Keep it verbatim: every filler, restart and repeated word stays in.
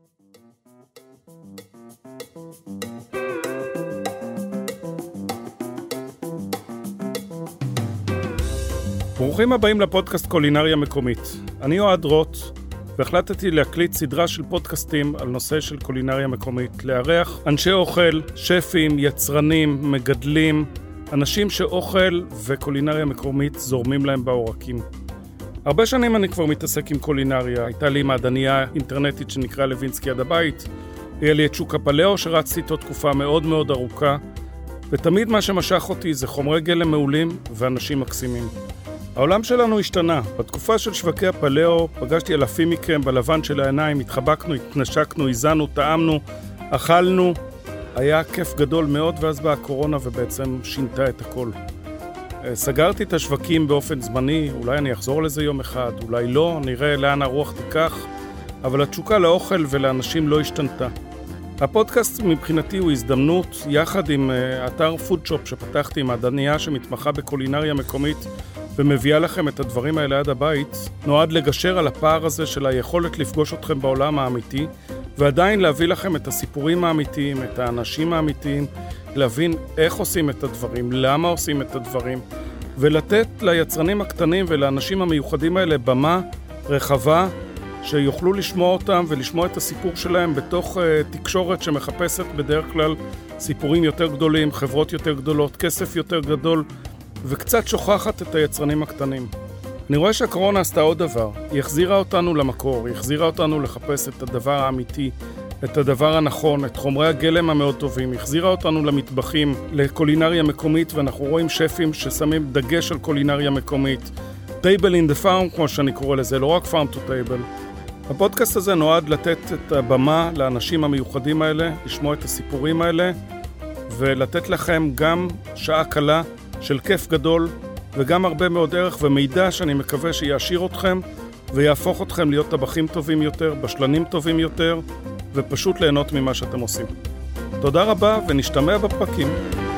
ברוכים הבאים לפודקאסט קולינריה מקומית. אני אוהד רוט, והחלטתי להקליט סדרה של פודקאסטים על נושא של קולינריה מקומית, לארח אנשי אוכל, שפים, יצרנים, מגדלים, אנשים שאוכל וקולינריה מקומית זורמים להם בעורקים. הרבה שנים אני כבר מתעסק עם קולינריה. הייתה לי מעדניה אינטרנטית שנקרא לוינסקי עד הבית. היה לי את שוק הפלאו שרצתי איתו תקופה מאוד מאוד ארוכה, ותמיד מה שמשך אותי זה חומרי גלם מעולים ואנשים מקסימים. העולם שלנו השתנה. בתקופה של שווקי הפלאו פגשתי אלפים מכם בלבן של העיניים, התחבקנו, התנשקנו, הזנו, טעמנו, אכלנו. היה כיף גדול מאוד, ואז באה הקורונה ובעצם שינתה את הכל. סגרתי את השווקים באופן זמני, אולי אני אחזור לזה יום אחד, אולי לא, נראה לאן הרוח תיקח, אבל התשוקה לאוכל ולאנשים לא השתנתה. הפודקאסט מבחינתי הוא הזדמנות, יחד עם אתר פודשופ שפתחתי עם מעדניה שמתמחה בקולינריה מקומית, ומביאה לכם את הדברים האלה עד הבית, נועד לגשר על הפער הזה של היכולת לפגוש אתכם בעולם האמיתי, ועדיין להביא לכם את הסיפורים האמיתיים, את האנשים האמיתיים, להבין איך עושים את הדברים, למה עושים את הדברים, ולתת ליצרנים הקטנים ולאנשים המיוחדים האלה במה רחבה, שיוכלו לשמוע אותם ולשמוע את הסיפור שלהם בתוך uh, תקשורת שמחפשת בדרך כלל סיפורים יותר גדולים, חברות יותר גדולות, כסף יותר גדול, וקצת שוכחת את היצרנים הקטנים. אני רואה שהקורונה עשתה עוד דבר. היא החזירה אותנו למקור, היא החזירה אותנו לחפש את הדבר האמיתי, את הדבר הנכון, את חומרי הגלם המאוד טובים, היא החזירה אותנו למטבחים, לקולינריה מקומית, ואנחנו רואים שפים ששמים דגש על קולינריה מקומית. Table in the farm, כמו שאני קורא לזה, לא רק farm to table. הפודקאסט הזה נועד לתת את הבמה לאנשים המיוחדים האלה, לשמוע את הסיפורים האלה, ולתת לכם גם שעה קלה של כיף גדול, וגם הרבה מאוד ערך ומידע שאני מקווה שיעשיר אתכם, ויהפוך אתכם להיות טבחים טובים יותר, בשלנים טובים יותר, ופשוט ליהנות ממה שאתם עושים. תודה רבה ונשתמע בפרקים.